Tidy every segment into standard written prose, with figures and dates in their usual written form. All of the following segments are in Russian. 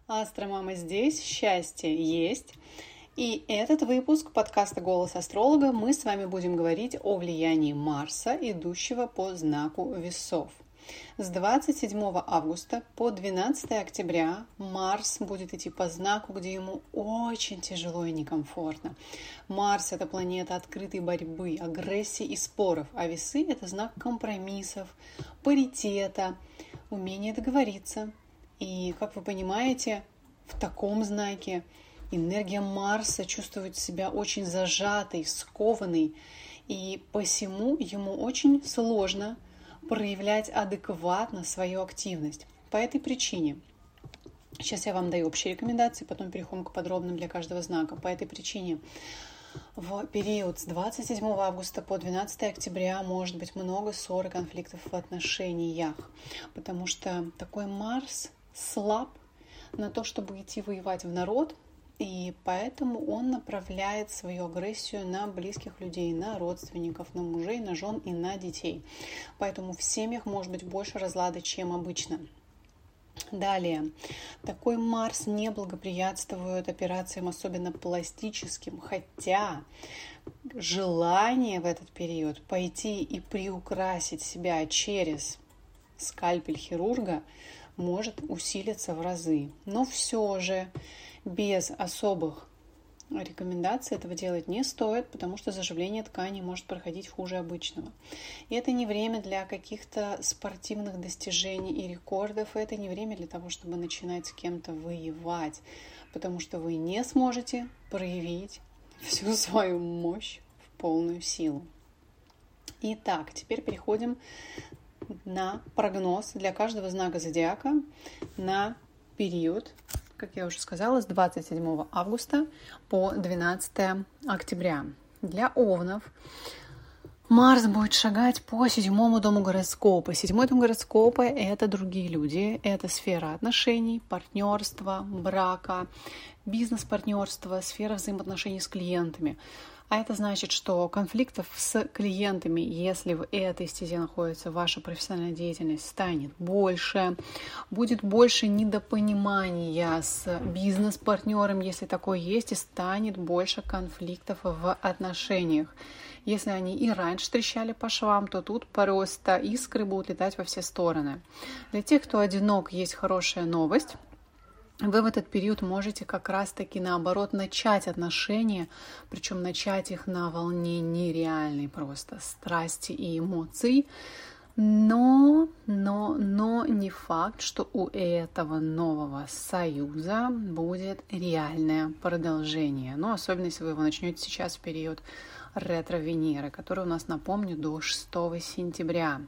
Астромама здесь, счастье есть. И этот выпуск подкаста «Голос астролога» мы с вами будем говорить о влиянии Марса, идущего по знаку Весов. С 27 августа по 12 октября Марс будет идти по знаку, где ему очень тяжело и некомфортно. Марс – это планета открытой борьбы, агрессии и споров, а Весы – это знак компромиссов, паритета, умения договориться. И, как вы понимаете, в таком знаке энергия Марса чувствует себя очень зажатой, скованной, и посему ему очень сложно проявлять адекватно свою активность. По этой причине, сейчас я вам даю общие рекомендации, потом переходим к подробным для каждого знака. По этой причине в период с 27 августа по 12 октября может быть много ссор и конфликтов в отношениях, потому что такой Марс слаб на то, чтобы идти воевать в народ, и поэтому он направляет свою агрессию на близких людей, на родственников, на мужей, на жен и на детей. Поэтому в семьях может быть больше разлада, чем обычно. Далее, такой Марс не благоприятствует операциям, особенно пластическим, хотя желание в этот период пойти и приукрасить себя через скальпель хирурга может усилиться в разы. Но все же без особых рекомендаций этого делать не стоит, потому что заживление тканей может проходить хуже обычного. И это не время для каких-то спортивных достижений и рекордов, это не время для того, чтобы начинать с кем-то воевать, потому что вы не сможете проявить всю свою мощь в полную силу. Итак, теперь переходим на прогноз для каждого знака зодиака на период, как я уже сказала, с 27 августа по 12 октября. Для овнов Марс будет шагать по 7-му дому гороскопа. 7-й дом гороскопа – это другие люди, это сфера отношений, партнерства, брака, бизнес-партнерства, сфера взаимоотношений с клиентами. А это значит, что конфликтов с клиентами, если в этой стезе находится ваша профессиональная деятельность, станет больше. Будет больше недопонимания с бизнес-партнером, если такое есть, и станет больше конфликтов в отношениях. Если они и раньше трещали по швам, то тут просто искры будут летать во все стороны. Для тех, кто одинок, есть хорошая новость. Вы в этот период можете как раз-таки наоборот начать отношения, причем начать их на волне нереальной просто страсти и эмоций, но не факт, что у этого нового союза будет реальное продолжение. Но особенно, если вы его начнете сейчас в период ретро-Венеры, который у нас, напомню, до 6 сентября.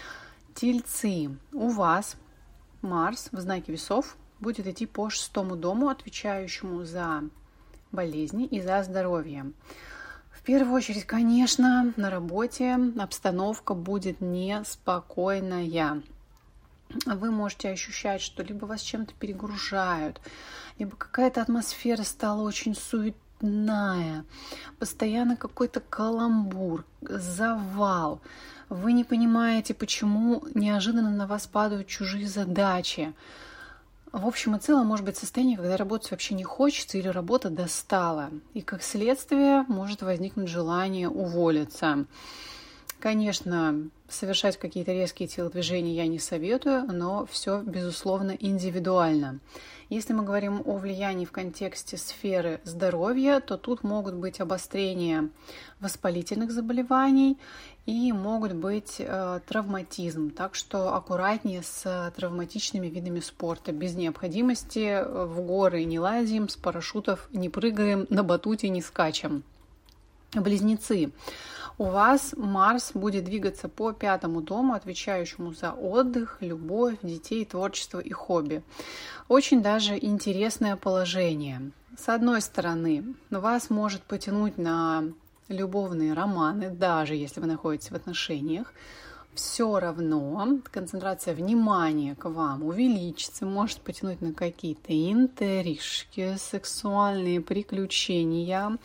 Тельцы, у вас Марс в знаке Весов будет идти по 6-му дому, отвечающему за болезни и за здоровье. В первую очередь, конечно, на работе обстановка будет неспокойная. Вы можете ощущать, что либо вас чем-то перегружают, либо какая-то атмосфера стала очень суетная, постоянно какой-то каламбур, завал. Вы не понимаете, почему неожиданно на вас падают чужие задачи. В общем и целом может быть состояние, когда работать вообще не хочется или работа достала. И как следствие может возникнуть желание уволиться. Конечно, совершать какие-то резкие телодвижения я не советую, но все, безусловно, индивидуально. Если мы говорим о влиянии в контексте сферы здоровья, то тут могут быть обострения воспалительных заболеваний и могут быть травматизм. Так что аккуратнее с травматичными видами спорта. Без необходимости в горы не лазим, с парашютов не прыгаем, на батуте не скачем. Близнецы. У вас Марс будет двигаться по 5-му дому, отвечающему за отдых, любовь, детей, творчество и хобби. Очень даже интересное положение. С одной стороны, вас может потянуть на любовные романы, даже если вы находитесь в отношениях. Все равно концентрация внимания к вам увеличится, может потянуть на какие-то интрижки, сексуальные приключения.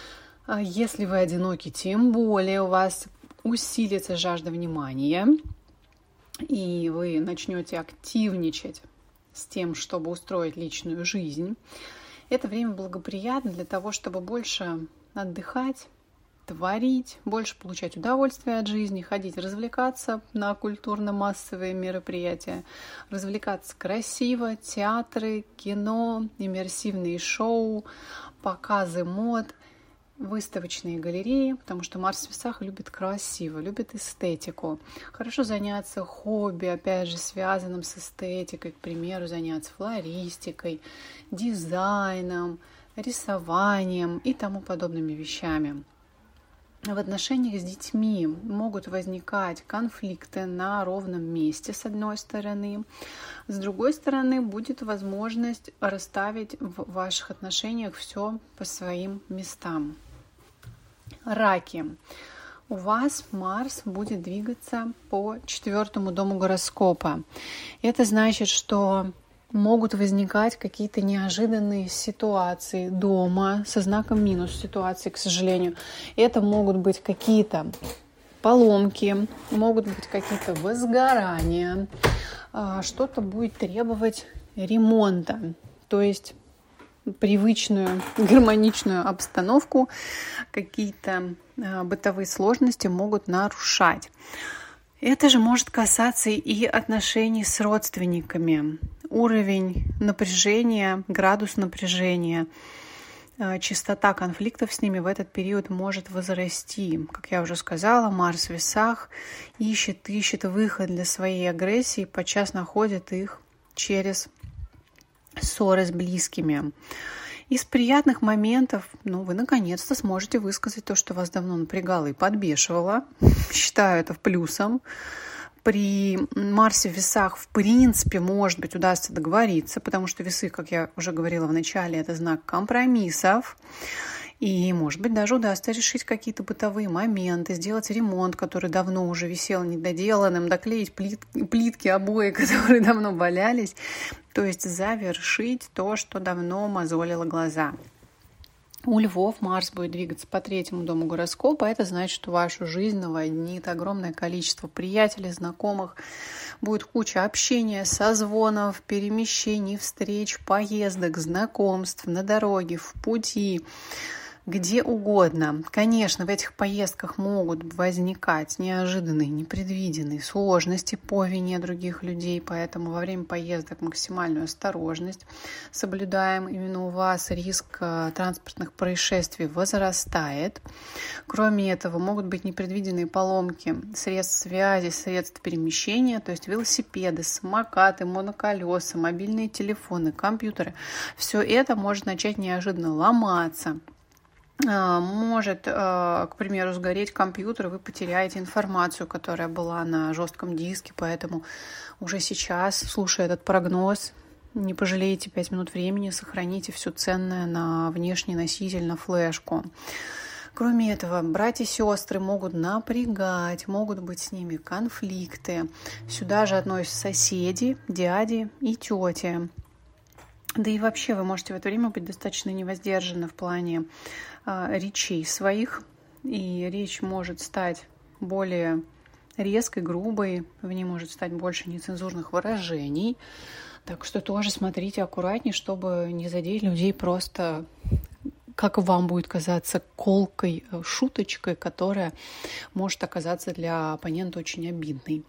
Если вы одиноки, тем более у вас усилится жажда внимания, и вы начнете активничать с тем, чтобы устроить личную жизнь. Это время благоприятно для того, чтобы больше отдыхать, творить, больше получать удовольствие от жизни, ходить развлекаться на культурно-массовые мероприятия, развлекаться красиво, театры, кино, иммерсивные шоу, показы мод, выставочные галереи, потому что Марс в весах любит красиво, любит эстетику. Хорошо заняться хобби, опять же, связанным с эстетикой, к примеру, заняться флористикой, дизайном, рисованием и тому подобными вещами. В отношениях с детьми могут возникать конфликты на ровном месте, с одной стороны. С другой стороны, будет возможность расставить в ваших отношениях все по своим местам. Раки. У вас Марс будет двигаться по 4-му дому гороскопа. Это значит, что могут возникать какие-то неожиданные ситуации дома со знаком минус ситуации, к сожалению. Это могут быть какие-то поломки, могут быть какие-то возгорания, что-то будет требовать ремонта, то есть привычную гармоничную обстановку, какие-то бытовые сложности могут нарушать. Это же может касаться и отношений с родственниками. Уровень напряжения, градус напряжения, частота конфликтов с ними в этот период может возрасти. Как я уже сказала, Марс в весах ищет выход для своей агрессии, подчас находит их через ссоры с близкими. Из приятных моментов, вы наконец-то сможете высказать то, что вас давно напрягало и подбешивало. Считаю это плюсом. При Марсе в весах, в принципе, может быть, удастся договориться, потому что весы, как я уже говорила в начале, это знак компромиссов. И, может быть, даже удастся решить какие-то бытовые моменты, сделать ремонт, который давно уже висел недоделанным, доклеить плитки, обои, которые давно валялись. То есть завершить то, что давно мозолило глаза. У львов Марс будет двигаться по 3-му дому гороскопа. Это значит, что вашу жизнь наводнит огромное количество приятелей, знакомых. Будет куча общения, созвонов, перемещений, встреч, поездок, знакомств на дороге, в пути, где угодно. Конечно, в этих поездках могут возникать неожиданные, непредвиденные сложности по вине других людей, поэтому во время поездок максимальную осторожность соблюдаем. Именно у вас риск транспортных происшествий возрастает. Кроме этого, могут быть непредвиденные поломки средств связи, средств перемещения, то есть велосипеды, самокаты, моноколеса, мобильные телефоны, компьютеры. Все это может начать неожиданно ломаться. Может, к примеру, сгореть компьютер, и вы потеряете информацию, которая была на жестком диске, поэтому уже сейчас, слушая этот прогноз, не пожалеете 5 минут времени, сохраните все ценное на внешний носитель, на флешку. Кроме этого, братья и сестры могут напрягать, могут быть с ними конфликты. Сюда же относятся соседи, дяди и тети. Да и вообще вы можете в это время быть достаточно невоздержаны в плане речей своих, и речь может стать более резкой, грубой, в ней может стать больше нецензурных выражений. Так что тоже смотрите аккуратнее, чтобы не задеть людей просто, как вам будет казаться, колкой, шуточкой, которая может оказаться для оппонента очень обидной.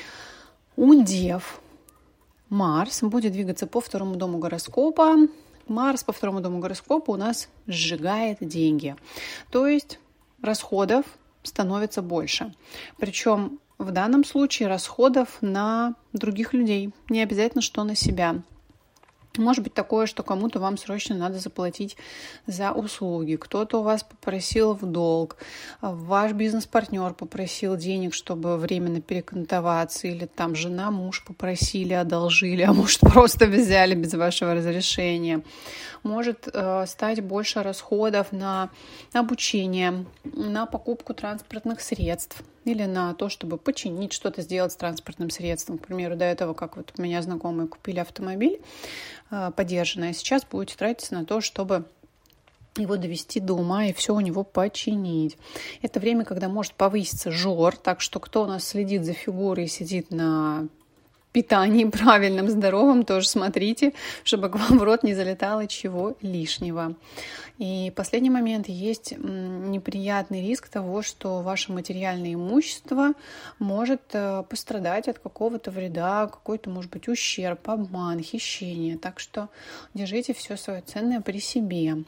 У дев Марс будет двигаться по 2-му дому гороскопа. Марс по 2-му дому гороскопа у нас сжигает деньги. То есть расходов становится больше. Причем в данном случае расходов на других людей. Не обязательно, что на себя. Может быть такое, что кому-то вам срочно надо заплатить за услуги, кто-то у вас попросил в долг, ваш бизнес-партнер попросил денег, чтобы временно перекантоваться, или там жена, муж попросили, одолжили, а может просто взяли без вашего разрешения. Может стать больше расходов на обучение, на покупку транспортных средств или на то, чтобы починить что-то, сделать с транспортным средством. К примеру, до этого, как вот у меня знакомые купили автомобиль подержанный, а сейчас будете тратиться на то, чтобы его довести до ума и все у него починить. Это время, когда может повыситься жор, так что кто у нас следит за фигурой и сидит на питании правильном, здоровом тоже смотрите, чтобы к вам в рот не залетало чего лишнего. И последний момент. Есть неприятный риск того, что ваше материальное имущество может пострадать от какого-то вреда, какой-то, может быть, ущерб, обман, хищение. Так что держите все свое ценное при себе.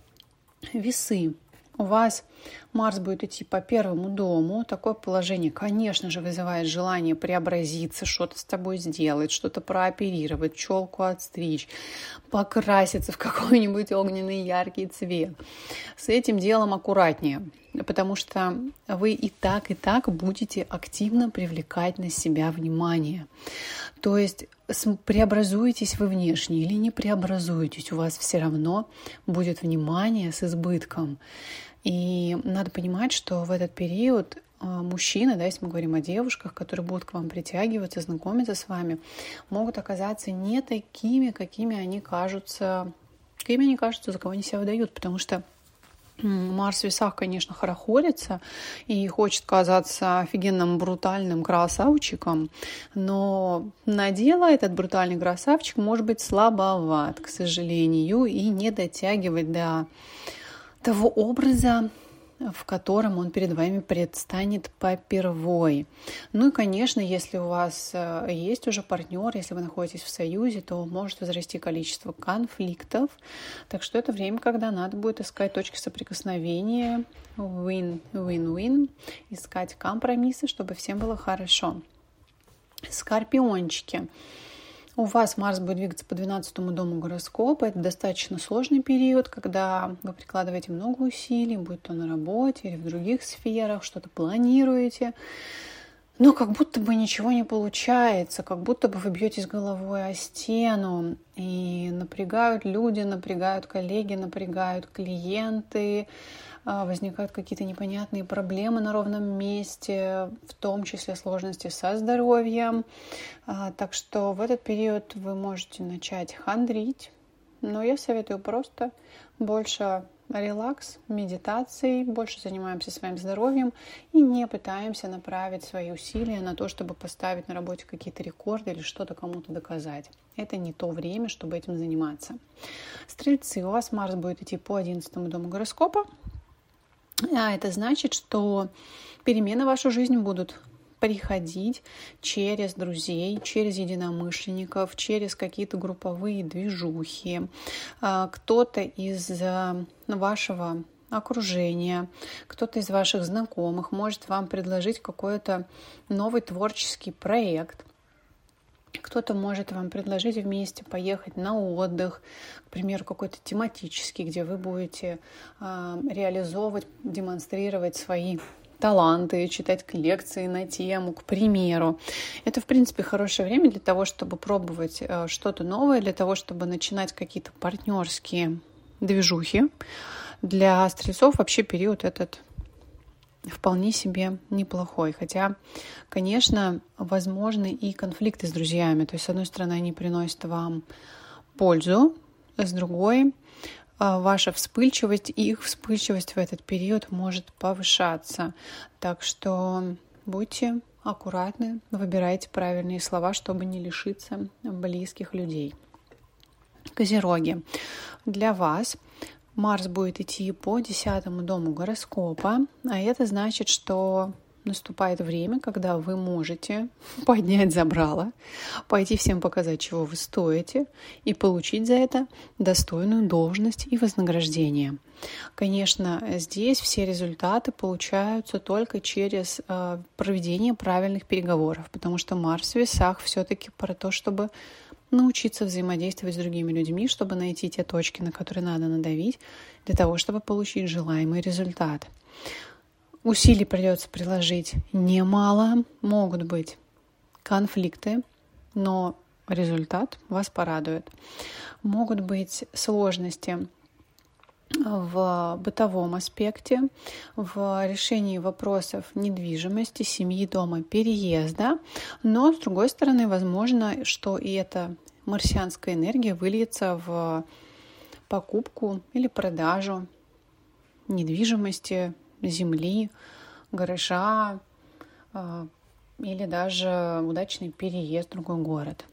Весы. У вас Марс будет идти по первому дому. Такое положение, конечно же, вызывает желание преобразиться, что-то с тобой сделать, что-то прооперировать, челку отстричь, покраситься в какой-нибудь огненный яркий цвет. С этим делом аккуратнее, потому что вы и так будете активно привлекать на себя внимание. То есть преобразуетесь вы внешне или не преобразуетесь, у вас все равно будет внимание с избытком. И надо понимать, что в этот период мужчины, если мы говорим о девушках, которые будут к вам притягиваться, знакомиться с вами, могут оказаться не такими, какими они кажутся, за кого они себя выдают, потому что Марс в весах, конечно, хорохорится и хочет казаться офигенным брутальным красавчиком, но на дело этот брутальный красавчик может быть слабоват, к сожалению, и не дотягивать до того образа, в котором он перед вами предстанет попервой. Ну и, конечно, если у вас есть уже партнер, если вы находитесь в союзе, то может возрасти количество конфликтов. Так что это время, когда надо будет искать точки соприкосновения, win-win-win, искать компромиссы, чтобы всем было хорошо. Скорпиончики. У вас Марс будет двигаться по 12-му дому гороскопа. Это достаточно сложный период, когда вы прикладываете много усилий, будь то на работе или в других сферах, что-то планируете. Но как будто бы ничего не получается, как будто бы вы бьетесь головой о стену. И напрягают люди, напрягают коллеги, напрягают клиенты. Возникают какие-то непонятные проблемы на ровном месте, в том числе сложности со здоровьем. Так что в этот период вы можете начать хандрить, но я советую просто больше релакс, медитации, больше занимаемся своим здоровьем и не пытаемся направить свои усилия на то, чтобы поставить на работе какие-то рекорды или что-то кому-то доказать. Это не то время, чтобы этим заниматься. Стрельцы, у вас Марс будет идти по 11-му дому гороскопа. Это значит, что перемены в вашу жизнь будут приходить через друзей, через единомышленников, через какие-то групповые движухи. Кто-то из вашего окружения, кто-то из ваших знакомых может вам предложить какой-то новый творческий проект. Кто-то может вам предложить вместе поехать на отдых, к примеру, какой-то тематический, где вы будете реализовывать, демонстрировать свои таланты, читать лекции на тему, к примеру. Это, в принципе, хорошее время для того, чтобы пробовать что-то новое, для того, чтобы начинать какие-то партнерские движухи. Для стрельцов вообще период этот вполне себе неплохой. Хотя, конечно, возможны и конфликты с друзьями. То есть, с одной стороны, они приносят вам пользу, с другой ваша вспыльчивость и их вспыльчивость в этот период может повышаться. Так что будьте аккуратны, выбирайте правильные слова, чтобы не лишиться близких людей. Козероги. Для вас Марс будет идти по 10-му дому гороскопа, а это значит, что наступает время, когда вы можете поднять забрало, пойти всем показать, чего вы стоите, и получить за это достойную должность и вознаграждение. Конечно, здесь все результаты получаются только через проведение правильных переговоров, потому что Марс в весах все-таки про то, чтобы научиться взаимодействовать с другими людьми, чтобы найти те точки, на которые надо надавить, для того, чтобы получить желаемый результат. Усилий придется приложить немало, могут быть конфликты, но результат вас порадует. Могут быть сложности в бытовом аспекте, в решении вопросов недвижимости, семьи, дома, переезда. Но, с другой стороны, возможно, что и эта марсианская энергия выльется в покупку или продажу недвижимости, земли, гаража, или даже удачный переезд в другой город.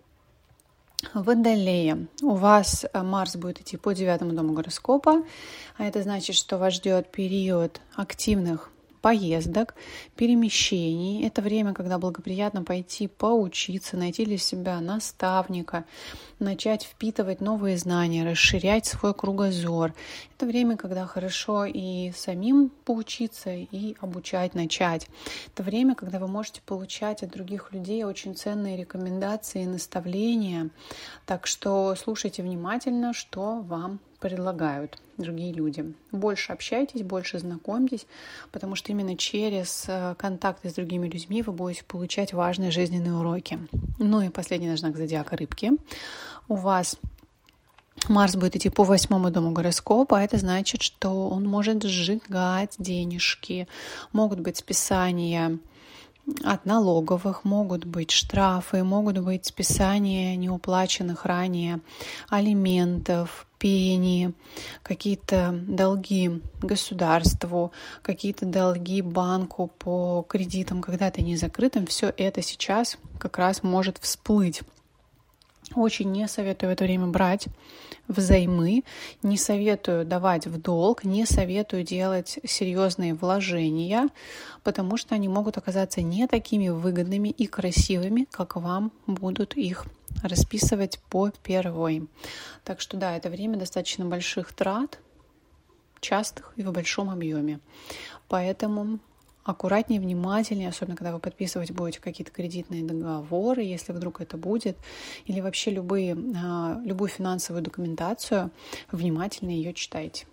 Водолея. У вас Марс будет идти по 9 дому гороскопа, а это значит, что вас ждет период активных поездок, перемещений. Это время, когда благоприятно пойти поучиться, найти для себя наставника, начать впитывать новые знания, расширять свой кругозор. Это время, когда хорошо и самим поучиться, и обучать начать. Это время, когда вы можете получать от других людей очень ценные рекомендации и наставления. Так что слушайте внимательно, что вам предлагают другие люди. Больше общайтесь, больше знакомьтесь, потому что именно через контакты с другими людьми вы будете получать важные жизненные уроки. Ну и последний наш знак зодиака — Рыбки. У вас Марс будет идти по 8 дому гороскопа, а это значит, что он может сжигать денежки, могут быть списания от налоговых, могут быть штрафы, могут быть списания неуплаченных ранее алиментов, пени, какие-то долги государству, какие-то долги банку по кредитам когда-то не закрытым. Все это сейчас как раз может всплыть. Очень не советую в это время брать взаймы, не советую давать в долг, не советую делать серьезные вложения, потому что они могут оказаться не такими выгодными и красивыми, как вам будут их расписывать по первой. Так что да, это время достаточно больших трат, частых и в большом объеме. Поэтому аккуратнее, внимательнее, особенно когда вы подписывать будете какие-то кредитные договоры, если вдруг это будет, или вообще любую финансовую документацию, внимательно ее читайте.